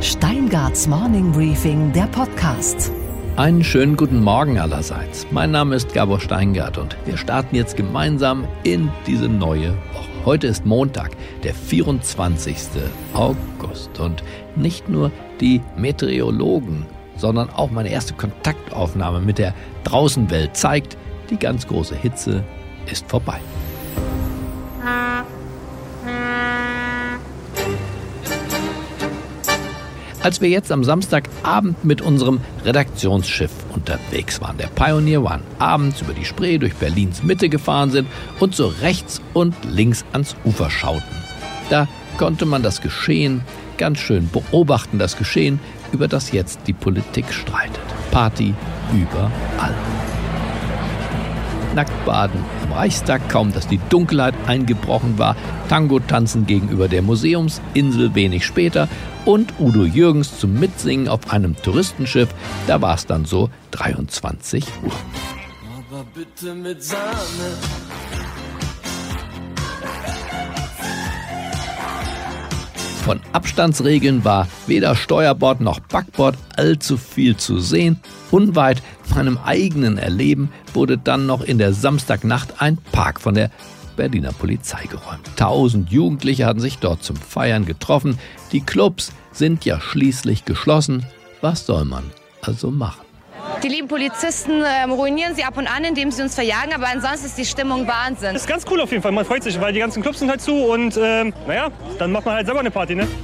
Steingarts Morning Briefing, der Podcast. Einen schönen guten Morgen allerseits. Mein Name ist Gabor Steingart und wir starten jetzt gemeinsam in diese neue Woche. Heute ist Montag, der 24. August. Und nicht nur die Meteorologen, sondern auch meine erste Kontaktaufnahme mit der Draußenwelt zeigt, die ganz große Hitze ist vorbei. Als wir jetzt am Samstagabend mit unserem Redaktionsschiff unterwegs waren, der Pioneer One, abends über die Spree durch Berlins Mitte gefahren sind und so rechts und links ans Ufer schauten, da konnte man das Geschehen ganz schön beobachten, das Geschehen, über das jetzt die Politik streitet. Party überall. Nacktbaden im Reichstag, kaum dass die Dunkelheit eingebrochen war, Tango tanzen gegenüber der Museumsinsel wenig später und Udo Jürgens zum Mitsingen auf einem Touristenschiff, da war es dann so 23 Uhr. Aber bitte mit Sahne. Von Abstandsregeln war weder Steuerbord noch Backbord allzu viel zu sehen. Unweit meinem eigenen Erleben wurde dann noch in der Samstagnacht ein Park von der Berliner Polizei geräumt. 1000 Jugendliche hatten sich dort zum Feiern getroffen. Die Clubs sind ja schließlich geschlossen. Was soll man also machen? Die lieben Polizisten ruinieren sie ab und an, indem sie uns verjagen, aber ansonsten ist die Stimmung Wahnsinn. Das ist ganz cool auf jeden Fall, man freut sich, weil die ganzen Clubs sind halt zu und dann macht man halt selber eine Party, ne?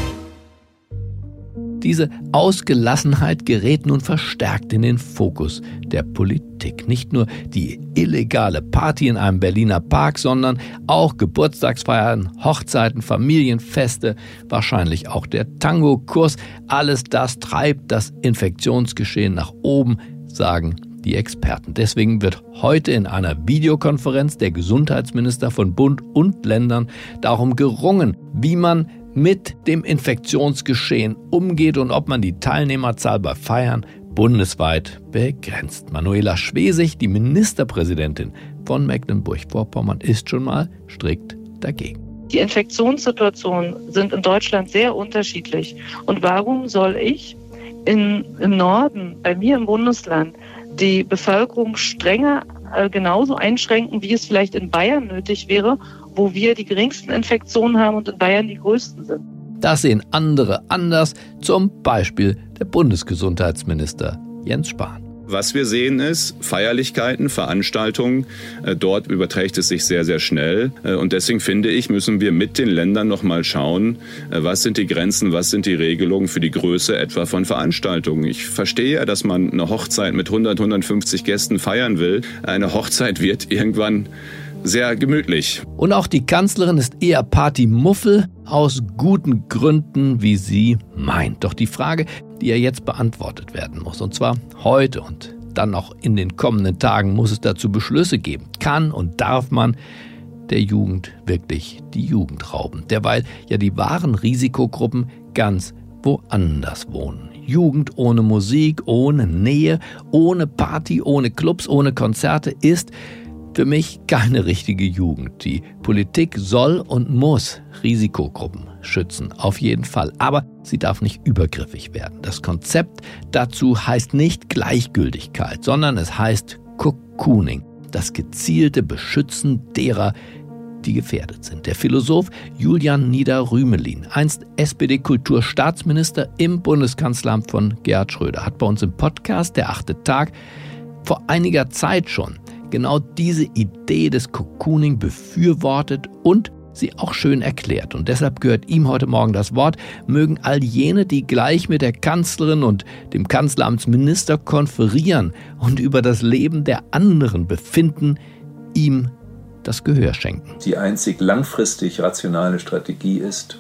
Diese Ausgelassenheit gerät nun verstärkt in den Fokus der Politik. Nicht nur die illegale Party in einem Berliner Park, sondern auch Geburtstagsfeiern, Hochzeiten, Familienfeste, wahrscheinlich auch der Tango-Kurs. Alles das treibt das Infektionsgeschehen nach oben, sagen die Experten. Deswegen wird heute in einer Videokonferenz der Gesundheitsminister von Bund und Ländern darum gerungen, wie man mit dem Infektionsgeschehen umgeht und ob man die Teilnehmerzahl bei Feiern bundesweit begrenzt. Manuela Schwesig, die Ministerpräsidentin von Mecklenburg-Vorpommern, ist schon mal strikt dagegen. Die Infektionssituationen sind in Deutschland sehr unterschiedlich. Und warum soll ich im Norden, bei mir im Bundesland, die Bevölkerung strenger genauso einschränken, wie es vielleicht in Bayern nötig wäre, wo wir die geringsten Infektionen haben und in Bayern die größten sind? Das sehen andere anders, zum Beispiel der Bundesgesundheitsminister Jens Spahn. Was wir sehen ist, Feierlichkeiten, Veranstaltungen, dort überträgt es sich sehr, sehr schnell. Und deswegen finde ich, müssen wir mit den Ländern nochmal schauen, was sind die Grenzen, was sind die Regelungen für die Größe etwa von Veranstaltungen. Ich verstehe ja, dass man eine Hochzeit mit 100, 150 Gästen feiern will. Eine Hochzeit wird irgendwann sehr gemütlich. Und auch die Kanzlerin ist eher Partymuffel, aus guten Gründen, wie sie meint. Doch die Frage, die ja jetzt beantwortet werden muss, und zwar heute und dann noch in den kommenden Tagen, muss es dazu Beschlüsse geben. Kann und darf man der Jugend wirklich die Jugend rauben? Derweil ja die wahren Risikogruppen ganz woanders wohnen. Jugend ohne Musik, ohne Nähe, ohne Party, ohne Clubs, ohne Konzerte ist für mich keine richtige Jugend. Die Politik soll und muss Risikogruppen schützen, auf jeden Fall. Aber sie darf nicht übergriffig werden. Das Konzept dazu heißt nicht Gleichgültigkeit, sondern es heißt Cocooning, das gezielte Beschützen derer, die gefährdet sind. Der Philosoph Julian Nieder-Rümelin, einst SPD-Kulturstaatsminister im Bundeskanzleramt von Gerhard Schröder, hat bei uns im Podcast Der 8. Tag vor einiger Zeit schon genau diese Idee des Cocooning befürwortet und sie auch schön erklärt. Und deshalb gehört ihm heute Morgen das Wort. Mögen all jene, die gleich mit der Kanzlerin und dem Kanzleramtsminister konferieren und über das Leben der anderen befinden, ihm das Gehör schenken. Die einzig langfristig rationale Strategie ist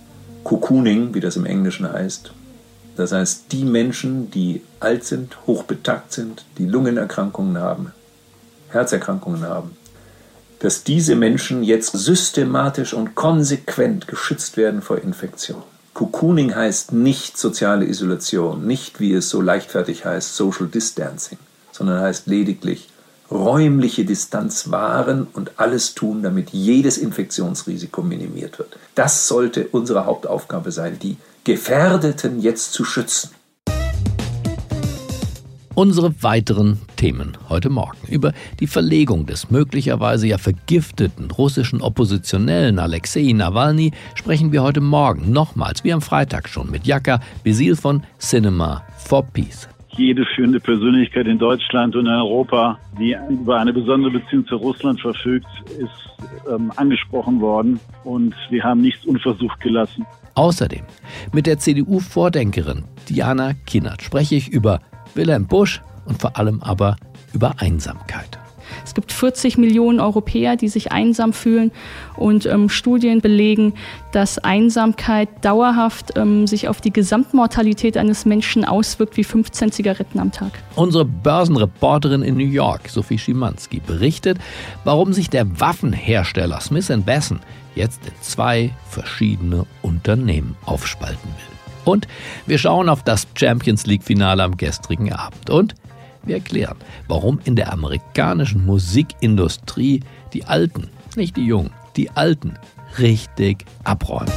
Cocooning, wie das im Englischen heißt. Das heißt, die Menschen, die alt sind, hochbetagt sind, die Lungenerkrankungen haben, Herzerkrankungen haben, dass diese Menschen jetzt systematisch und konsequent geschützt werden vor Infektion. Cocooning heißt nicht soziale Isolation, nicht wie es so leichtfertig heißt Social Distancing, sondern heißt lediglich räumliche Distanz wahren und alles tun, damit jedes Infektionsrisiko minimiert wird. Das sollte unsere Hauptaufgabe sein, die Gefährdeten jetzt zu schützen. Unsere weiteren Themen heute Morgen. Über die Verlegung des möglicherweise ja vergifteten russischen Oppositionellen Alexei Nawalny sprechen wir heute Morgen nochmals, wie am Freitag schon, mit Jaka Besil von Cinema for Peace. Jede führende Persönlichkeit in Deutschland und in Europa, die über eine besondere Beziehung zu Russland verfügt, ist angesprochen worden und wir haben nichts unversucht gelassen. Außerdem mit der CDU-Vordenkerin Diana Kinnert spreche ich über Wilhelm Busch und vor allem aber über Einsamkeit. Es gibt 40 Millionen Europäer, die sich einsam fühlen und Studien belegen, dass Einsamkeit dauerhaft sich auf die Gesamtmortalität eines Menschen auswirkt wie 15 Zigaretten am Tag. Unsere Börsenreporterin in New York, Sophie Schimanski, berichtet, warum sich der Waffenhersteller Smith & Wesson jetzt in 2 verschiedene Unternehmen aufspalten will. Und wir schauen auf das Champions-League-Finale am gestrigen Abend. Und wir erklären, warum in der amerikanischen Musikindustrie die Alten, nicht die Jungen, die Alten richtig abräumen.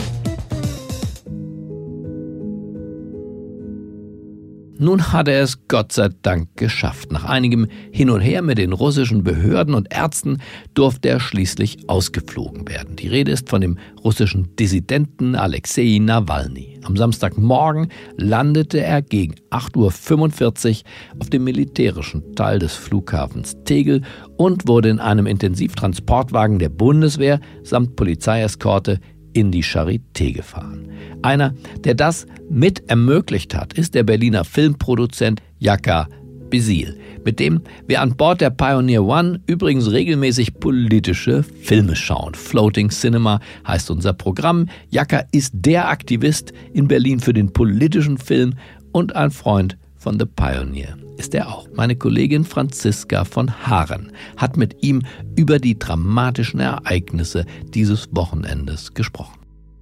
Nun hat er es Gott sei Dank geschafft. Nach einigem Hin und Her mit den russischen Behörden und Ärzten durfte er schließlich ausgeflogen werden. Die Rede ist von dem russischen Dissidenten Alexei Nawalny. Am Samstagmorgen landete er gegen 8:45 Uhr auf dem militärischen Teil des Flughafens Tegel und wurde in einem Intensivtransportwagen der Bundeswehr samt Polizeieskorte in die Charité gefahren. Einer, der das mit ermöglicht hat, ist der Berliner Filmproduzent Jaka Besil, mit dem wir an Bord der Pioneer One übrigens regelmäßig politische Filme schauen. Floating Cinema heißt unser Programm. Jaka ist der Aktivist in Berlin für den politischen Film und ein Freund von The Pioneer ist er auch. Meine Kollegin Franziska von Haaren hat mit ihm über die dramatischen Ereignisse dieses Wochenendes gesprochen.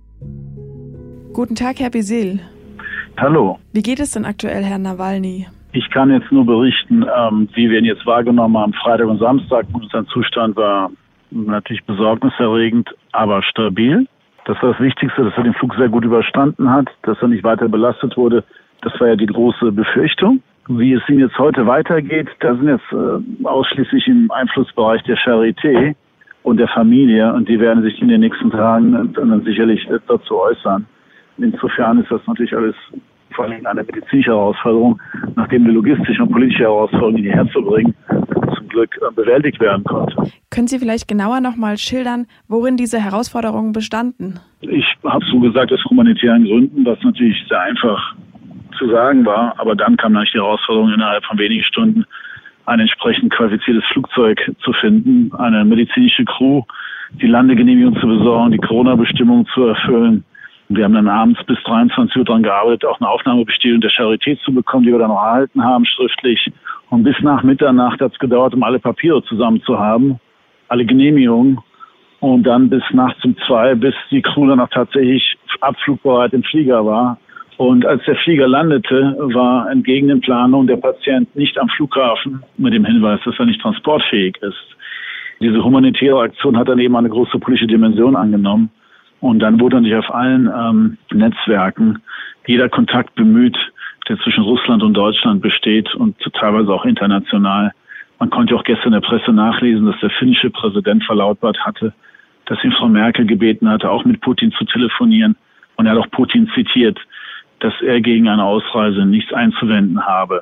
Guten Tag, Herr Besil. Hallo. Wie geht es denn aktuell, Herrn Nawalny? Ich kann jetzt nur berichten, wie wir ihn jetzt wahrgenommen haben. Freitag und Samstag. Sein Zustand war natürlich besorgniserregend, aber stabil. Das war das Wichtigste, dass er den Flug sehr gut überstanden hat, dass er nicht weiter belastet wurde. Das war ja die große Befürchtung. Wie es ihm jetzt heute weitergeht, da sind jetzt ausschließlich im Einflussbereich der Charité und der Familie und die werden sich in den nächsten Tagen dann sicherlich dazu äußern. Insofern ist das natürlich alles vor allem eine medizinische Herausforderung, nachdem die logistische und politische Herausforderung hierher zu bringen, zum Glück bewältigt werden konnte. Können Sie vielleicht genauer nochmal schildern, worin diese Herausforderungen bestanden? Ich habe so gesagt, aus humanitären Gründen, was natürlich sehr einfach zu sagen war, aber dann kam natürlich die Herausforderung, innerhalb von wenigen Stunden ein entsprechend qualifiziertes Flugzeug zu finden, eine medizinische Crew, die Landegenehmigung zu besorgen, die Corona-Bestimmungen zu erfüllen. Wir haben dann abends bis 23 Uhr daran gearbeitet, auch eine Aufnahmebestätigung der Charité zu bekommen, die wir dann noch erhalten haben, schriftlich. Und bis nach Mitternacht hat es gedauert, um alle Papiere zusammen zu haben, alle Genehmigungen. Und dann bis nachts um 2, bis die Crew dann auch tatsächlich abflugbereit im Flieger war. Und als der Flieger landete, war entgegen den Planungen der Patient nicht am Flughafen mit dem Hinweis, dass er nicht transportfähig ist. Diese humanitäre Aktion hat dann eben eine große politische Dimension angenommen. Und dann wurde natürlich auf allen Netzwerken jeder Kontakt bemüht, der zwischen Russland und Deutschland besteht und teilweise auch international. Man konnte auch gestern in der Presse nachlesen, dass der finnische Präsident verlautbart hatte, dass ihn Frau Merkel gebeten hatte, auch mit Putin zu telefonieren. Und er hat auch Putin zitiert, dass er gegen eine Ausreise nichts einzuwenden habe.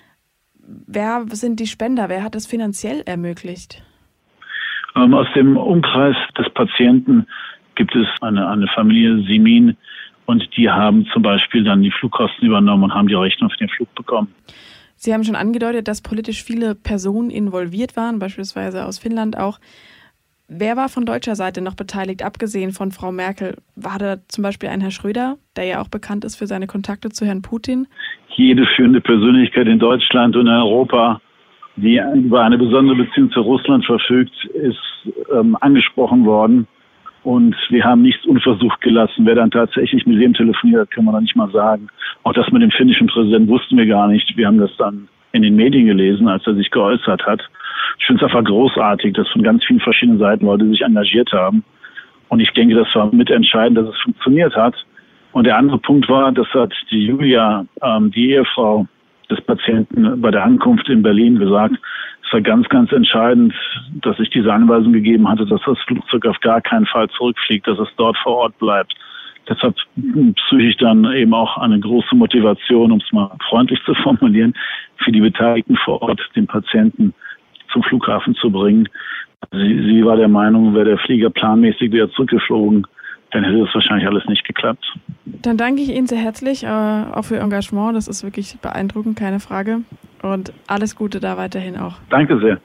Wer sind die Spender? Wer hat das finanziell ermöglicht? Aus dem Umkreis des Patienten gibt es eine Familie Simin und die haben zum Beispiel dann die Flugkosten übernommen und haben die Rechnung für den Flug bekommen. Sie haben schon angedeutet, dass politisch viele Personen involviert waren, beispielsweise aus Finnland auch. Wer war von deutscher Seite noch beteiligt, abgesehen von Frau Merkel? War da zum Beispiel ein Herr Schröder, der ja auch bekannt ist für seine Kontakte zu Herrn Putin? Jede führende Persönlichkeit in Deutschland und in Europa, die über eine besondere Beziehung zu Russland verfügt, ist angesprochen worden. Und wir haben nichts unversucht gelassen. Wer dann tatsächlich mit wem telefoniert hat, können wir noch nicht mal sagen. Auch das mit dem finnischen Präsidenten wussten wir gar nicht. Wir haben das dann in den Medien gelesen, als er sich geäußert hat. Ich finde es einfach großartig, dass von ganz vielen verschiedenen Seiten Leute sich engagiert haben. Und ich denke, das war mitentscheidend, dass es funktioniert hat. Und der andere Punkt war, das hat die Julia, die Ehefrau des Patienten, bei der Ankunft in Berlin gesagt, es war ganz, ganz entscheidend, dass ich diese Anweisung gegeben hatte, dass das Flugzeug auf gar keinen Fall zurückfliegt, dass es dort vor Ort bleibt. Deshalb psychisch dann eben auch eine große Motivation, um es mal freundlich zu formulieren, für die Beteiligten vor Ort, den Patienten zum Flughafen zu bringen. Sie war der Meinung, wäre der Flieger planmäßig wieder zurückgeflogen, dann hätte das wahrscheinlich alles nicht geklappt. Dann danke ich Ihnen sehr herzlich, auch für Ihr Engagement. Das ist wirklich beeindruckend, keine Frage. Und alles Gute da weiterhin auch. Danke sehr.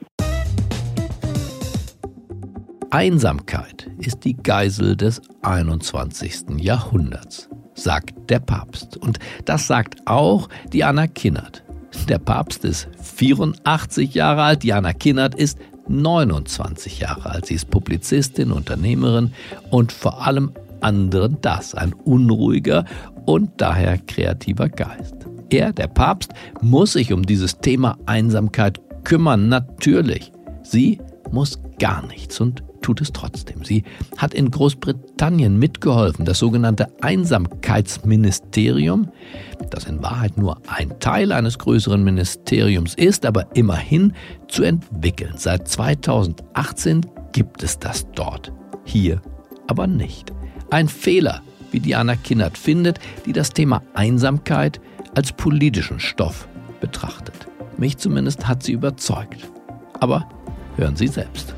Einsamkeit ist die Geisel des 21. Jahrhunderts, sagt der Papst. Und das sagt auch Diana Kinnert. Der Papst ist 84 Jahre alt, Diana Kinnert ist 29 Jahre alt. Sie ist Publizistin, Unternehmerin und vor allem anderen ein unruhiger und daher kreativer Geist. Er, der Papst, muss sich um dieses Thema Einsamkeit kümmern, natürlich. Sie muss gar nichts und tut es trotzdem. Sie hat in Großbritannien mitgeholfen, das sogenannte Einsamkeitsministerium, das in Wahrheit nur ein Teil eines größeren Ministeriums ist, aber immerhin zu entwickeln. Seit 2018 gibt es das dort, hier aber nicht. Ein Fehler, wie Diana Kinnert findet, die das Thema Einsamkeit als politischen Stoff betrachtet. Mich zumindest hat sie überzeugt. Aber hören Sie selbst.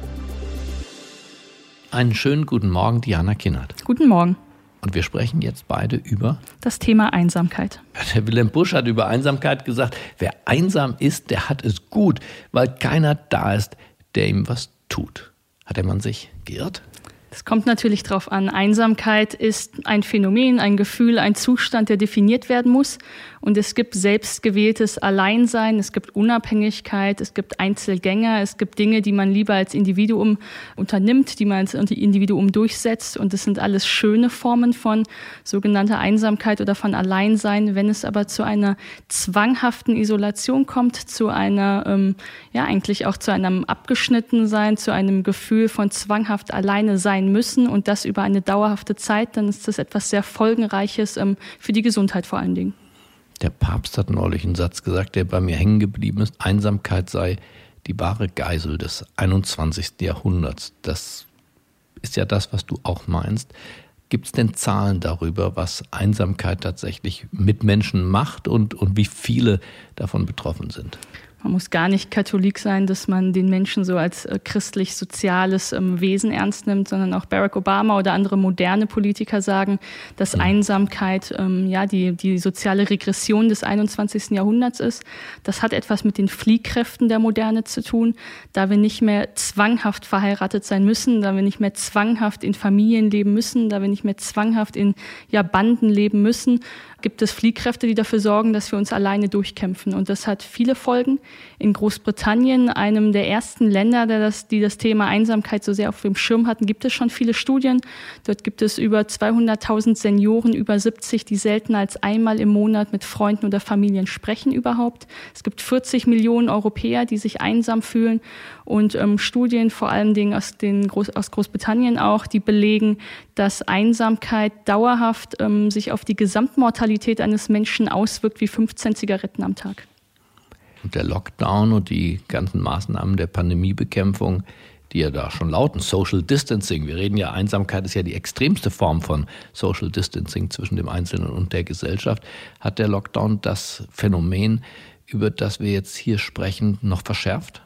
Einen schönen guten Morgen, Diana Kinnert. Guten Morgen. Und wir sprechen jetzt beide über das Thema Einsamkeit. Der Wilhelm Busch hat über Einsamkeit gesagt, wer einsam ist, der hat es gut, weil keiner da ist, der ihm was tut. Hat der Mann sich geirrt? Es kommt natürlich darauf an. Einsamkeit ist ein Phänomen, ein Gefühl, ein Zustand, der definiert werden muss. Und es gibt selbstgewähltes Alleinsein, es gibt Unabhängigkeit, es gibt Einzelgänger, es gibt Dinge, die man lieber als Individuum unternimmt, die man als Individuum durchsetzt. Und das sind alles schöne Formen von sogenannter Einsamkeit oder von Alleinsein. Wenn es aber zu einer zwanghaften Isolation kommt, zu einer, eigentlich auch zu einem Abgeschnittensein, zu einem Gefühl von zwanghaft alleine sein müssen und das über eine dauerhafte Zeit, dann ist das etwas sehr Folgenreiches für die Gesundheit vor allen Dingen. Der Papst hat neulich einen Satz gesagt, der bei mir hängen geblieben ist. Einsamkeit sei die wahre Geisel des 21. Jahrhunderts. Das ist ja das, was du auch meinst. Gibt es denn Zahlen darüber, was Einsamkeit tatsächlich mit Menschen macht und wie viele davon betroffen sind? Man muss gar nicht Katholik sein, dass man den Menschen so als christlich-soziales Wesen ernst nimmt, sondern auch Barack Obama oder andere moderne Politiker sagen, dass Einsamkeit die soziale Regression des 21. Jahrhunderts ist. Das hat etwas mit den Fliehkräften der Moderne zu tun, da wir nicht mehr zwanghaft verheiratet sein müssen, da wir nicht mehr zwanghaft in Familien leben müssen, da wir nicht mehr zwanghaft in Banden leben müssen, gibt es Fliehkräfte, die dafür sorgen, dass wir uns alleine durchkämpfen. Und das hat viele Folgen. In Großbritannien, einem der ersten Länder, die das Thema Einsamkeit so sehr auf dem Schirm hatten, gibt es schon viele Studien. Dort gibt es über 200.000 Senioren, über 70, die seltener als einmal im Monat mit Freunden oder Familien sprechen überhaupt. Es gibt 40 Millionen Europäer, die sich einsam fühlen. Und Studien, vor allen Dingen aus Großbritannien auch, die belegen, dass Einsamkeit dauerhaft sich auf die Gesamtmortalität eines Menschen auswirkt wie 15 Zigaretten am Tag. Und der Lockdown und die ganzen Maßnahmen der Pandemiebekämpfung, die ja da schon lauten, Social Distancing. Wir reden ja, Einsamkeit ist ja die extremste Form von Social Distancing zwischen dem Einzelnen und der Gesellschaft. Hat der Lockdown das Phänomen, über das wir jetzt hier sprechen, noch verschärft?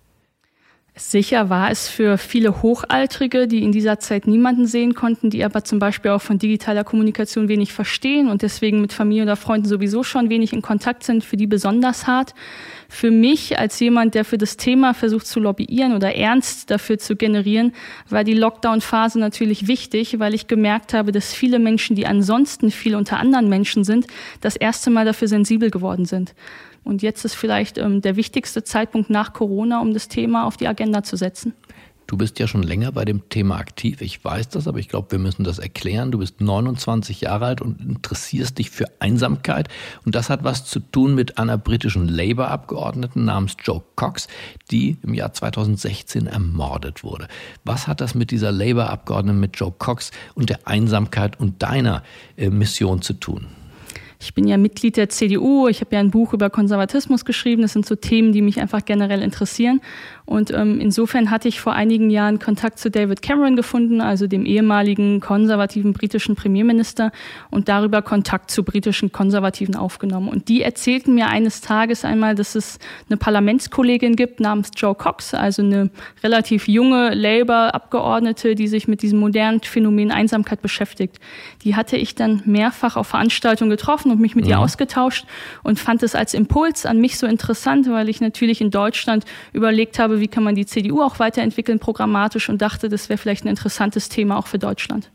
Sicher war es für viele Hochaltrige, die in dieser Zeit niemanden sehen konnten, die aber zum Beispiel auch von digitaler Kommunikation wenig verstehen und deswegen mit Familie oder Freunden sowieso schon wenig in Kontakt sind, für die besonders hart. Für mich als jemand, der für das Thema versucht zu lobbyieren oder ernst dafür zu generieren, war die Lockdown-Phase natürlich wichtig, weil ich gemerkt habe, dass viele Menschen, die ansonsten viel unter anderen Menschen sind, das erste Mal dafür sensibel geworden sind. Und jetzt ist vielleicht der wichtigste Zeitpunkt nach Corona, um das Thema auf die Agenda zu setzen. Du bist ja schon länger bei dem Thema aktiv. Ich weiß das, aber ich glaube, wir müssen das erklären. Du bist 29 Jahre alt und interessierst dich für Einsamkeit. Und das hat was zu tun mit einer britischen Labour-Abgeordneten namens Jo Cox, die im Jahr 2016 ermordet wurde. Was hat das mit dieser Labour-Abgeordneten, mit Jo Cox und der Einsamkeit und deiner Mission zu tun? Ich bin ja Mitglied der CDU, ich habe ja ein Buch über Konservatismus geschrieben, das sind so Themen, die mich einfach generell interessieren. Und insofern hatte ich vor einigen Jahren Kontakt zu David Cameron gefunden, also dem ehemaligen konservativen britischen Premierminister, und darüber Kontakt zu britischen Konservativen aufgenommen. Und die erzählten mir eines Tages einmal, dass es eine Parlamentskollegin gibt namens Jo Cox, also eine relativ junge Labour-Abgeordnete, die sich mit diesem modernen Phänomen Einsamkeit beschäftigt. Die hatte ich dann mehrfach auf Veranstaltungen getroffen und mich mit ihr ausgetauscht und fand es als Impuls an mich so interessant, weil ich natürlich in Deutschland überlegt habe, wie kann man die CDU auch weiterentwickeln programmatisch, und dachte, das wäre vielleicht ein interessantes Thema auch für Deutschland.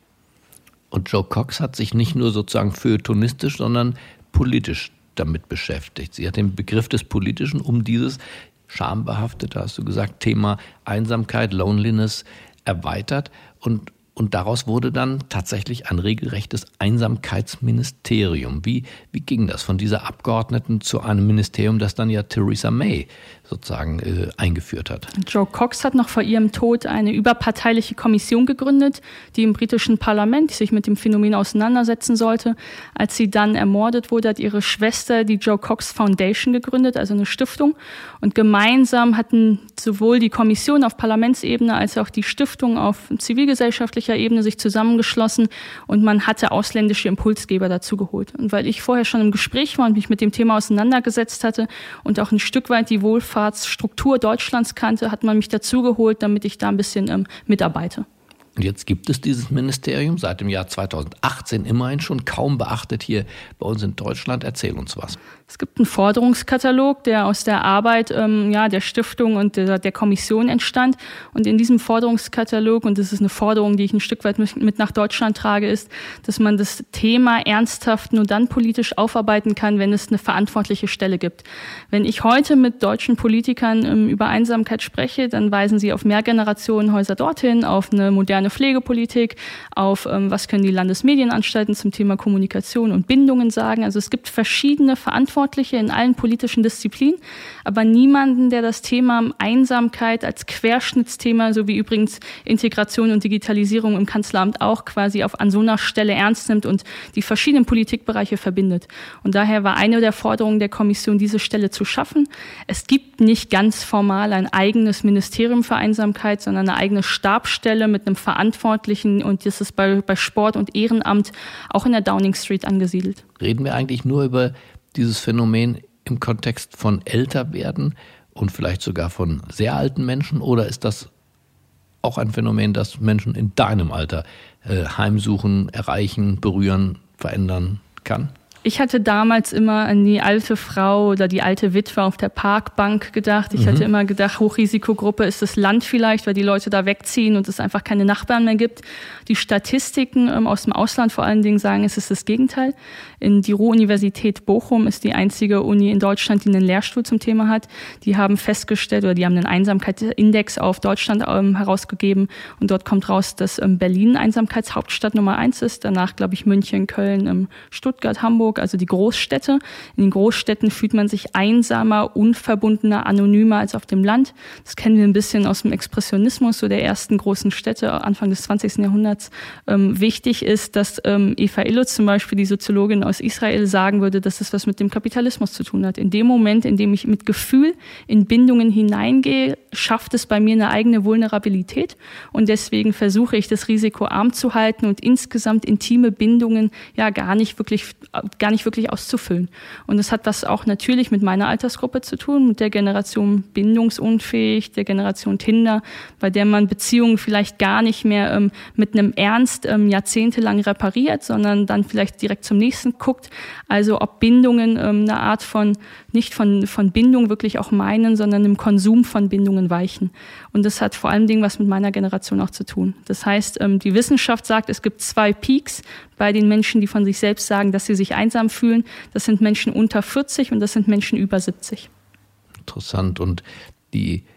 Und Jo Cox hat sich nicht nur sozusagen feuilletonistisch, sondern politisch damit beschäftigt. Sie hat den Begriff des Politischen um dieses schambehaftete, hast du gesagt, Thema Einsamkeit, Loneliness erweitert, und daraus wurde dann tatsächlich ein regelrechtes Einsamkeitsministerium. Wie ging das von dieser Abgeordneten zu einem Ministerium, das dann ja Theresa May sozusagen eingeführt hat? Jo Cox hat noch vor ihrem Tod eine überparteiliche Kommission gegründet, die im britischen Parlament sich mit dem Phänomen auseinandersetzen sollte. Als sie dann ermordet wurde, hat ihre Schwester die Jo Cox Foundation gegründet, also eine Stiftung. Und gemeinsam hatten sowohl die Kommission auf Parlamentsebene als auch die Stiftung auf zivilgesellschaftlicher Ebene sich zusammengeschlossen, und man hatte ausländische Impulsgeber dazu geholt. Und weil ich vorher schon im Gespräch war und mich mit dem Thema auseinandergesetzt hatte und auch ein Stück weit die Wohlfahrtsstruktur Deutschlands kannte, hat man mich dazu geholt, damit ich da ein bisschen mitarbeite. Und jetzt gibt es dieses Ministerium seit dem Jahr 2018 immerhin schon, kaum beachtet hier bei uns in Deutschland. Erzähl uns was. Es gibt einen Forderungskatalog, der aus der Arbeit der Stiftung und der Kommission entstand. Und in diesem Forderungskatalog, und das ist eine Forderung, die ich ein Stück weit mit nach Deutschland trage, ist, dass man das Thema ernsthaft nur dann politisch aufarbeiten kann, wenn es eine verantwortliche Stelle gibt. Wenn ich heute mit deutschen Politikern über Einsamkeit spreche, dann weisen sie auf Mehrgenerationenhäuser dorthin, auf eine moderne Pflegepolitik, auf was können die Landesmedienanstalten zum Thema Kommunikation und Bindungen sagen. Also es gibt verschiedene Verantwortliche in allen politischen Disziplinen, aber niemanden, der das Thema Einsamkeit als Querschnittsthema, so wie übrigens Integration und Digitalisierung im Kanzleramt auch, quasi an so einer Stelle ernst nimmt und die verschiedenen Politikbereiche verbindet. Und daher war eine der Forderungen der Kommission, diese Stelle zu schaffen. Es gibt nicht ganz formal ein eigenes Ministerium für Einsamkeit, sondern eine eigene Stabsstelle mit einem Verantwortlichen, und das ist bei Sport und Ehrenamt auch in der Downing Street angesiedelt. Reden wir eigentlich nur über dieses Phänomen im Kontext von Älterwerden und vielleicht sogar von sehr alten Menschen, oder ist das auch ein Phänomen, das Menschen in deinem Alter heimsuchen, erreichen, berühren, verändern kann? Ich hatte damals immer an die alte Frau oder die alte Witwe auf der Parkbank gedacht. Ich hatte immer gedacht, Hochrisikogruppe ist das Land vielleicht, weil die Leute da wegziehen und es einfach keine Nachbarn mehr gibt. Die Statistiken aus dem Ausland vor allen Dingen sagen, es ist das Gegenteil. Die Ruhr-Universität Bochum ist die einzige Uni in Deutschland, die einen Lehrstuhl zum Thema hat. Die haben festgestellt, oder die haben einen Einsamkeitsindex auf Deutschland herausgegeben, und dort kommt raus, dass Berlin Einsamkeitshauptstadt Nummer 1 ist. Danach, glaube ich, München, Köln, Stuttgart, Hamburg, also die Großstädte. In den Großstädten fühlt man sich einsamer, unverbundener, anonymer als auf dem Land. Das kennen wir ein bisschen aus dem Expressionismus, so der ersten großen Städte Anfang des 20. Jahrhunderts. Wichtig ist, dass Eva Illouz zum Beispiel, die Soziologin aus Israel, sagen würde, dass es was mit dem Kapitalismus zu tun hat. In dem Moment, in dem ich mit Gefühl in Bindungen hineingehe, schafft es bei mir eine eigene Vulnerabilität, und deswegen versuche ich, das Risiko arm zu halten und insgesamt intime Bindungen gar nicht wirklich auszufüllen. Und das hat was auch natürlich mit meiner Altersgruppe zu tun, mit der Generation bindungsunfähig, der Generation Tinder, bei der man Beziehungen vielleicht gar nicht mehr mit einem Ernst jahrzehntelang repariert, sondern dann vielleicht direkt zum nächsten guckt. Also ob Bindungen eine Art von, nicht von Bindung wirklich auch meinen, sondern im Konsum von Bindungen weichen. Und das hat vor allen Dingen was mit meiner Generation auch zu tun. Das heißt, die Wissenschaft sagt, es gibt 2 Peaks bei den Menschen, die von sich selbst sagen, dass sie sich einsam fühlen. Das sind Menschen unter 40 und das sind Menschen über 70. Interessant. Und die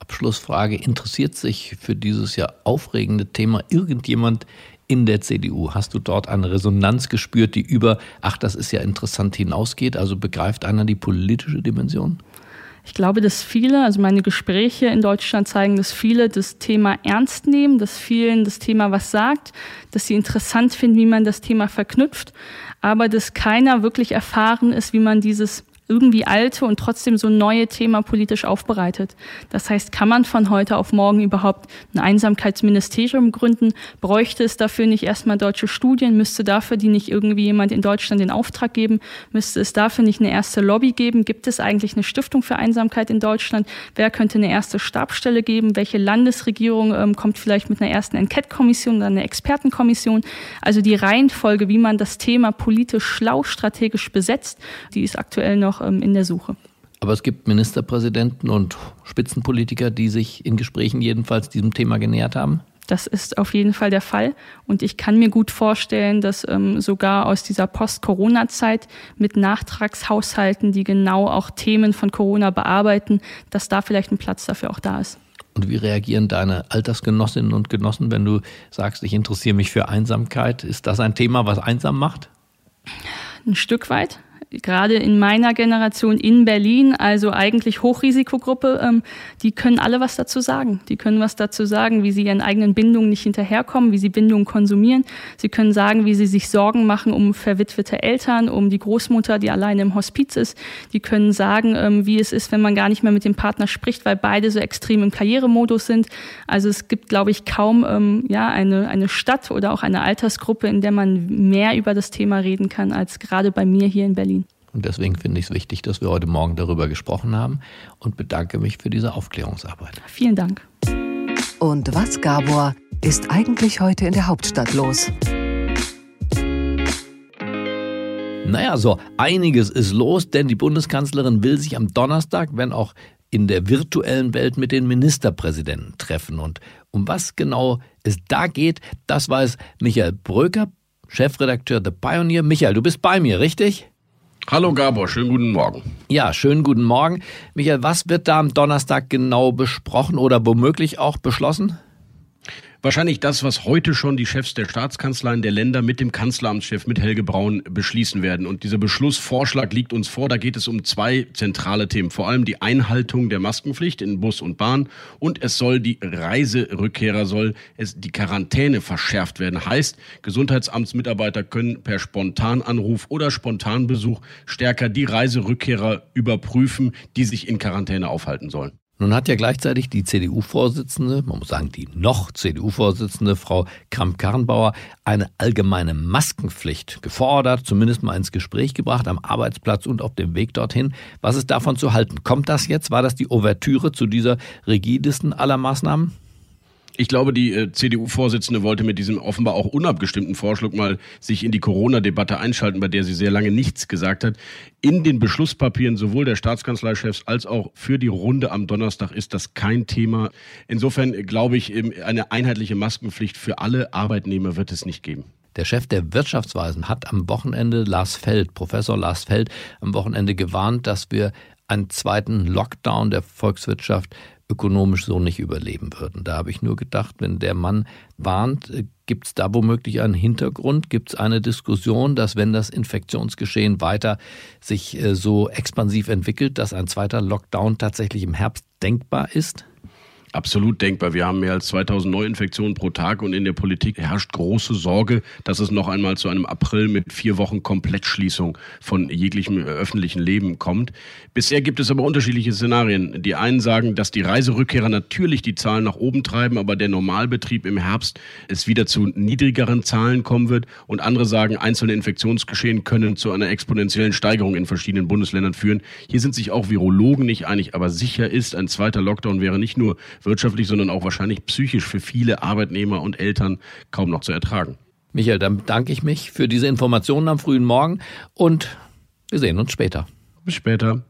Abschlussfrage, interessiert sich für dieses ja aufregende Thema irgendjemand in der CDU? Hast du dort eine Resonanz gespürt, die über, das ist ja interessant, hinausgeht? Also begreift einer die politische Dimension? Ich glaube, dass viele, also meine Gespräche in Deutschland zeigen, dass viele das Thema ernst nehmen, dass vielen das Thema was sagt, dass sie interessant finden, wie man das Thema verknüpft, aber dass keiner wirklich erfahren ist, wie man dieses irgendwie alte und trotzdem so neue Thema politisch aufbereitet. Das heißt, kann man von heute auf morgen überhaupt ein Einsamkeitsministerium gründen? Bräuchte es dafür nicht erstmal deutsche Studien? Müsste dafür die nicht irgendwie jemand in Deutschland den Auftrag geben? Müsste es dafür nicht eine erste Lobby geben? Gibt es eigentlich eine Stiftung für Einsamkeit in Deutschland? Wer könnte eine erste Stabsstelle geben? Welche Landesregierung kommt vielleicht mit einer ersten Enquete-Kommission oder einer Expertenkommission? Also die Reihenfolge, wie man das Thema politisch schlau strategisch besetzt, die ist aktuell noch in der Suche. Aber es gibt Ministerpräsidenten und Spitzenpolitiker, die sich in Gesprächen jedenfalls diesem Thema genähert haben? Das ist auf jeden Fall der Fall. Und ich kann mir gut vorstellen, dass sogar aus dieser Post-Corona-Zeit mit Nachtragshaushalten, die genau auch Themen von Corona bearbeiten, dass da vielleicht ein Platz dafür auch da ist. Und wie reagieren deine Altersgenossinnen und Genossen, wenn du sagst, ich interessiere mich für Einsamkeit? Ist das ein Thema, was einsam macht? Ein Stück weit. Gerade in meiner Generation in Berlin, also eigentlich Hochrisikogruppe, die können alle was dazu sagen. Die können was dazu sagen, wie sie ihren eigenen Bindungen nicht hinterherkommen, wie sie Bindungen konsumieren. Sie können sagen, wie sie sich Sorgen machen um verwitwete Eltern, um die Großmutter, die alleine im Hospiz ist. Die können sagen, wie es ist, wenn man gar nicht mehr mit dem Partner spricht, weil beide so extrem im Karrieremodus sind. Also es gibt, glaube ich, kaum eine Stadt oder auch eine Altersgruppe, in der man mehr über das Thema reden kann, als gerade bei mir hier in Berlin. Und deswegen finde ich es wichtig, dass wir heute Morgen darüber gesprochen haben und bedanke mich für diese Aufklärungsarbeit. Vielen Dank. Und was, Gabor, ist eigentlich heute in der Hauptstadt los? Naja, so einiges ist los, denn die Bundeskanzlerin will sich am Donnerstag, wenn auch in der virtuellen Welt, mit den Ministerpräsidenten treffen. Und um was genau es da geht, das weiß Michael Bröker, Chefredakteur The Pioneer. Michael, du bist bei mir, richtig? Hallo Gabor, schönen guten Morgen. Ja, schönen guten Morgen. Michael, was wird da am Donnerstag genau besprochen oder womöglich auch beschlossen? Wahrscheinlich das, was heute schon die Chefs der Staatskanzleien der Länder mit dem Kanzleramtschef, mit Helge Braun, beschließen werden. Und dieser Beschlussvorschlag liegt uns vor. Da geht es um zwei zentrale Themen. Vor allem die Einhaltung der Maskenpflicht in Bus und Bahn. Und es soll die Reiserückkehrer, die Quarantäne verschärft werden. Heißt, Gesundheitsamtsmitarbeiter können per Spontananruf oder Spontanbesuch stärker die Reiserückkehrer überprüfen, die sich in Quarantäne aufhalten sollen. Nun hat ja gleichzeitig die CDU-Vorsitzende, man muss sagen die noch CDU-Vorsitzende, Frau Kramp-Karrenbauer, eine allgemeine Maskenpflicht gefordert, zumindest mal ins Gespräch gebracht, am Arbeitsplatz und auf dem Weg dorthin. Was ist davon zu halten? Kommt das jetzt? War das die Ouvertüre zu dieser rigidesten aller Maßnahmen? Ich glaube, die CDU-Vorsitzende wollte mit diesem offenbar auch unabgestimmten Vorschlag mal sich in die Corona-Debatte einschalten, bei der sie sehr lange nichts gesagt hat. In den Beschlusspapieren sowohl der Staatskanzleichefs als auch für die Runde am Donnerstag ist das kein Thema. Insofern glaube ich, eine einheitliche Maskenpflicht für alle Arbeitnehmer wird es nicht geben. Der Chef der Wirtschaftsweisen hat am Wochenende, Professor Lars Feld, am Wochenende gewarnt, dass wir einen zweiten Lockdown der Volkswirtschaft ökonomisch so nicht überleben würden. Da habe ich nur gedacht, wenn der Mann warnt, gibt es da womöglich einen Hintergrund? Gibt es eine Diskussion, dass wenn das Infektionsgeschehen weiter sich so expansiv entwickelt, dass ein zweiter Lockdown tatsächlich im Herbst denkbar ist? Absolut denkbar. Wir haben mehr als 2000 Neuinfektionen pro Tag und in der Politik herrscht große Sorge, dass es noch einmal zu einem April mit 4 Wochen Komplettschließung von jeglichem öffentlichen Leben kommt. Bisher gibt es aber unterschiedliche Szenarien. Die einen sagen, dass die Reiserückkehrer natürlich die Zahlen nach oben treiben, aber der Normalbetrieb im Herbst es wieder zu niedrigeren Zahlen kommen wird. Und andere sagen, einzelne Infektionsgeschehen können zu einer exponentiellen Steigerung in verschiedenen Bundesländern führen. Hier sind sich auch Virologen nicht einig, aber sicher ist, ein zweiter Lockdown wäre nicht nur wirtschaftlich, sondern auch wahrscheinlich psychisch für viele Arbeitnehmer und Eltern kaum noch zu ertragen. Michael, dann bedanke ich mich für diese Informationen am frühen Morgen und wir sehen uns später. Bis später.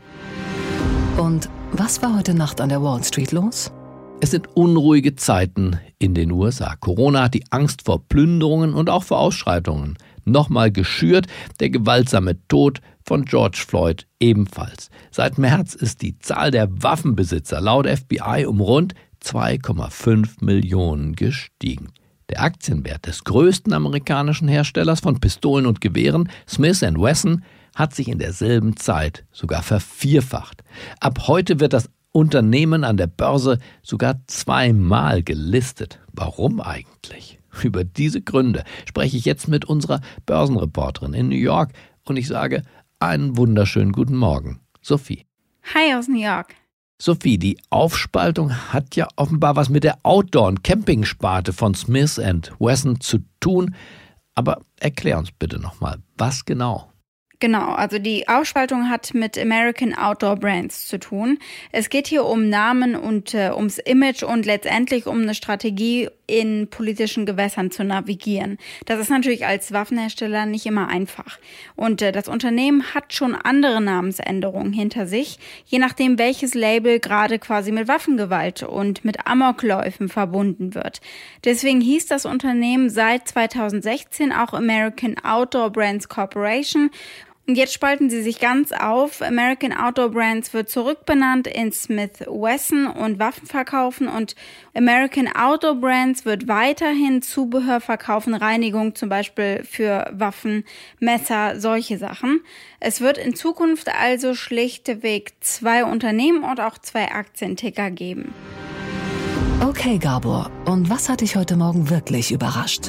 Und was war heute Nacht an der Wall Street los? Es sind unruhige Zeiten in den USA. Corona hat die Angst vor Plünderungen und auch vor Ausschreitungen nochmal geschürt, der gewaltsame Tod von George Floyd ebenfalls. Seit März ist die Zahl der Waffenbesitzer laut FBI um rund 2,5 Millionen gestiegen. Der Aktienwert des größten amerikanischen Herstellers von Pistolen und Gewehren, Smith & Wesson, hat sich in derselben Zeit sogar vervierfacht. Ab heute wird das Unternehmen an der Börse sogar 2-mal gelistet. Warum eigentlich? Über diese Gründe spreche ich jetzt mit unserer Börsenreporterin in New York und ich sage einen wunderschönen guten Morgen, Sophie. Hi aus New York. Sophie, die Aufspaltung hat ja offenbar was mit der Outdoor- und Campingsparte von Smith & Wesson zu tun. Aber erklär uns bitte nochmal, was genau? Genau, also die Aufspaltung hat mit American Outdoor Brands zu tun. Es geht hier um Namen und ums Image und letztendlich um eine Strategie, in politischen Gewässern zu navigieren. Das ist natürlich als Waffenhersteller nicht immer einfach. Und das Unternehmen hat schon andere Namensänderungen hinter sich, je nachdem welches Label gerade quasi mit Waffengewalt und mit Amokläufen verbunden wird. Deswegen hieß das Unternehmen seit 2016 auch American Outdoor Brands Corporation. Und jetzt spalten sie sich ganz auf. American Outdoor Brands wird zurückbenannt in Smith Wesson und Waffen verkaufen und American Outdoor Brands wird weiterhin Zubehör verkaufen, Reinigung zum Beispiel für Waffen, Messer, solche Sachen. Es wird in Zukunft also schlichtweg 2 Unternehmen und auch 2 Aktienticker geben. Okay, Gabor, und was hat dich heute Morgen wirklich überrascht?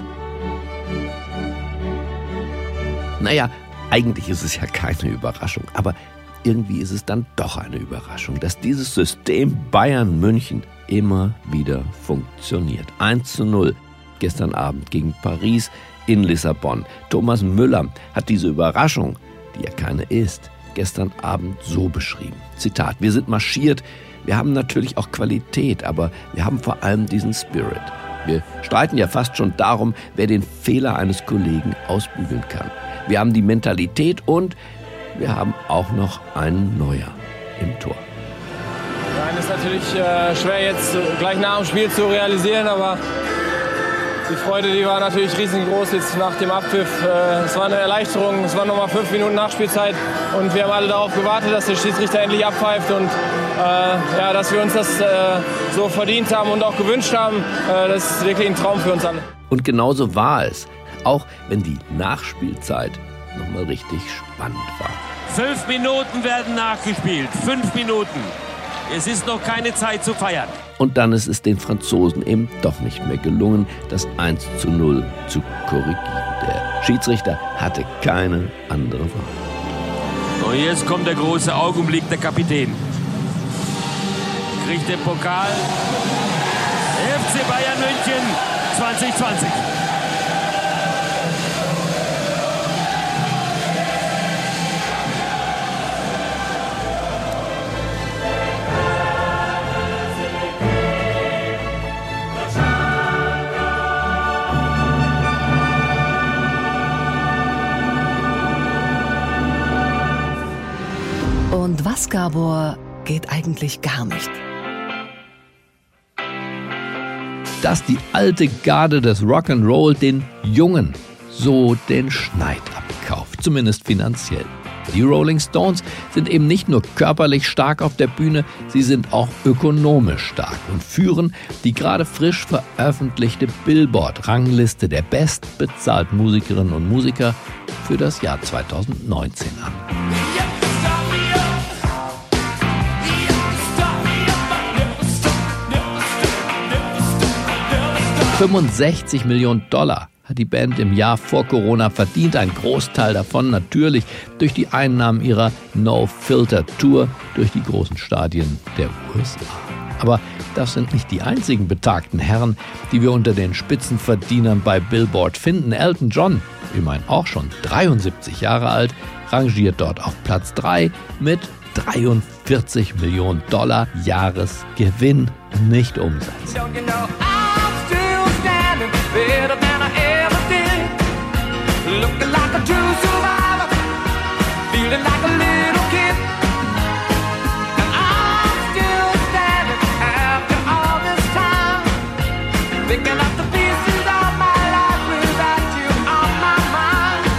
Naja, eigentlich ist es ja keine Überraschung, aber irgendwie ist es dann doch eine Überraschung, dass dieses System Bayern München immer wieder funktioniert. 1:0 gestern Abend gegen Paris in Lissabon. Thomas Müller hat diese Überraschung, die ja keine ist, gestern Abend so beschrieben. Zitat: Wir sind marschiert, wir haben natürlich auch Qualität, aber wir haben vor allem diesen Spirit. Wir streiten ja fast schon darum, wer den Fehler eines Kollegen ausbügeln kann. Wir haben die Mentalität und wir haben auch noch einen Neuer im Tor. Nein, ist natürlich schwer jetzt gleich nach dem Spiel zu realisieren, aber die Freude, die war natürlich riesengroß jetzt nach dem Abpfiff. Es war eine Erleichterung, es waren nochmal 5 Minuten Nachspielzeit und wir haben alle darauf gewartet, dass der Schiedsrichter endlich abpfeift und dass wir uns das so verdient haben und auch gewünscht haben. Das ist wirklich ein Traum für uns alle. Und genauso war es. Auch wenn die Nachspielzeit nochmal richtig spannend war. 5 Minuten werden nachgespielt. 5 Minuten. Es ist noch keine Zeit zu feiern. Und dann ist es den Franzosen eben doch nicht mehr gelungen, das 1:0 zu korrigieren. Der Schiedsrichter hatte keine andere Wahl. Und jetzt kommt der große Augenblick, der Kapitän. Kriegt den Pokal. FC Bayern München 2020. Und was, Gabor, geht eigentlich gar nicht? Dass die alte Garde des Rock'n'Roll den Jungen so den Schneid abkauft, zumindest finanziell. Die Rolling Stones sind eben nicht nur körperlich stark auf der Bühne, sie sind auch ökonomisch stark und führen die gerade frisch veröffentlichte Billboard-Rangliste der bestbezahlten Musikerinnen und Musiker für das Jahr 2019 an. 65 Millionen Dollar hat die Band im Jahr vor Corona verdient. Ein Großteil davon natürlich durch die Einnahmen ihrer No-Filter-Tour durch die großen Stadien der USA. Aber das sind nicht die einzigen betagten Herren, die wir unter den Spitzenverdienern bei Billboard finden. Elton John, immerhin auch schon 73 Jahre alt, rangiert dort auf Platz 3 mit 43 Millionen Dollar Jahresgewinn, nicht Umsatz. Better than I ever did. Looking like a true survivor. Feeling like a little kid. And I'm still standing after all this time. Picking up the pieces of my life without you on my mind.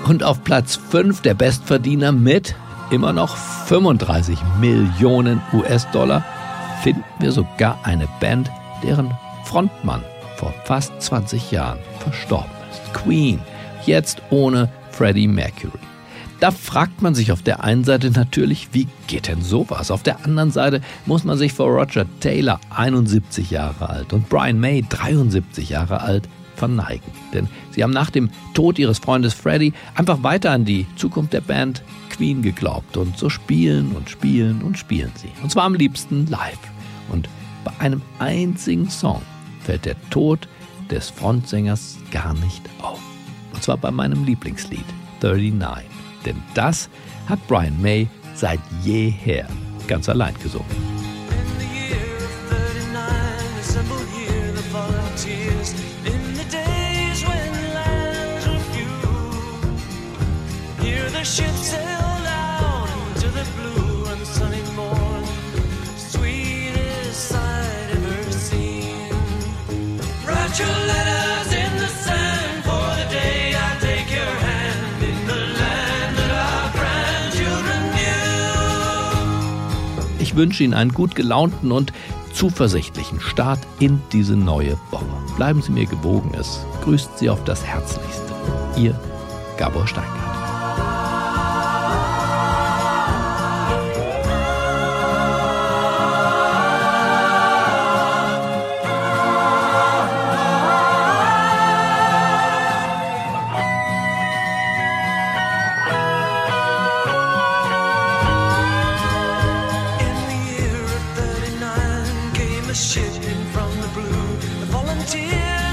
Und auf Platz 5 der Bestverdiener mit immer noch 35 Millionen US-Dollar finden wir sogar eine Band, deren Frontmann vor fast 20 Jahren verstorben ist. Queen, jetzt ohne Freddie Mercury. Da fragt man sich auf der einen Seite natürlich, wie geht denn sowas? Auf der anderen Seite muss man sich vor Roger Taylor, 71 Jahre alt, und Brian May, 73 Jahre alt, verneigen. Denn sie haben nach dem Tod ihres Freundes Freddie einfach weiter an die Zukunft der Band Queen geglaubt. Und so spielen und spielen und spielen sie. Und zwar am liebsten live. Und bei einem einzigen Song fällt der Tod des Frontsängers gar nicht auf. Und zwar bei meinem Lieblingslied, 39. Denn das hat Brian May seit jeher ganz allein gesungen. Ich wünsche Ihnen einen gut gelaunten und zuversichtlichen Start in diese neue Woche. Bleiben Sie mir gewogen, es grüßt Sie auf das Herzlichste. Ihr Gabor Steingart. Shipping from the blue, the volunteer